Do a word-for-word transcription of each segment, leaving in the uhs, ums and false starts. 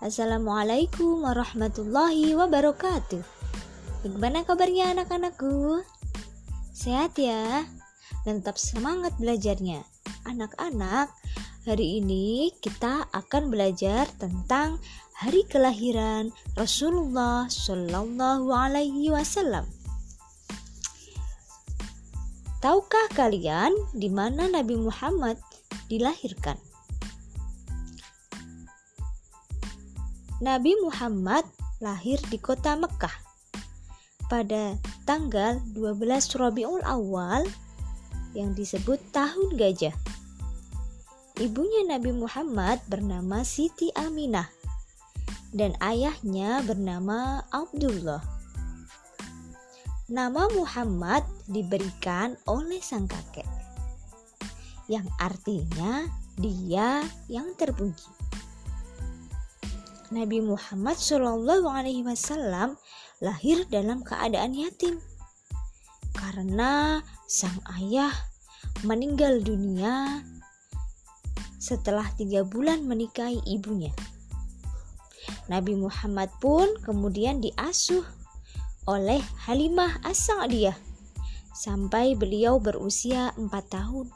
Assalamualaikum warahmatullahi wabarakatuh. Bagaimana kabarnya anak-anakku? Sehat ya? Dan tetap semangat belajarnya. Anak-anak, hari ini kita akan belajar tentang hari kelahiran Rasulullah Shallallahu Alaihi Wasallam. Tahukah kalian di mana Nabi Muhammad dilahirkan? Nabi Muhammad lahir di kota Mekah pada tanggal dua belas Rabiul Awal yang disebut tahun gajah. Ibunya Nabi Muhammad bernama Siti Aminah dan ayahnya bernama Abdullah. Nama Muhammad diberikan oleh sang kakek, yang artinya dia yang terpuji. Nabi Muhammad Shallallahu Alaihi Wasallam lahir dalam keadaan yatim karena sang ayah meninggal dunia setelah tiga bulan menikahi ibunya. Nabi Muhammad pun kemudian diasuh oleh Halimah As-Sa'diyah sampai beliau berusia empat tahun.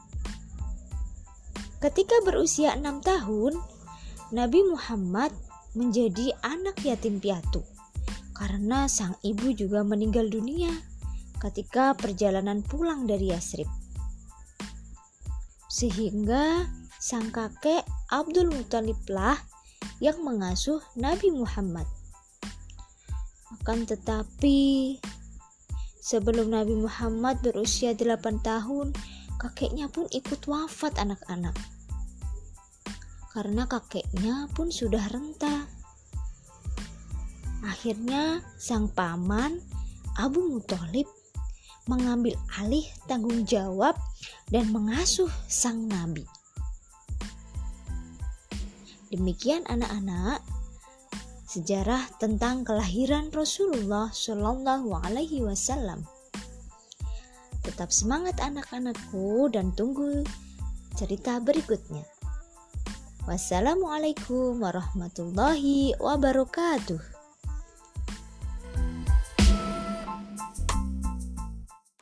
Ketika berusia enam tahun, Nabi Muhammad menjadi anak yatim piatu karena sang ibu juga meninggal dunia ketika perjalanan pulang dari Yasrib. Sehingga sang kakek Abdul Muthalib lah yang mengasuh Nabi Muhammad. Akan tetapi sebelum Nabi Muhammad berusia delapan tahun, kakeknya pun ikut wafat anak-anak. Karena kakeknya pun sudah renta. Akhirnya sang paman Abu Muthalib mengambil alih tanggung jawab dan mengasuh sang nabi. Demikian anak-anak, sejarah tentang kelahiran Rasulullah Shallallahu Alaihi Wasallam. Tetap semangat anak-anakku dan tunggu cerita berikutnya. Wassalamualaikum warahmatullahi wabarakatuh.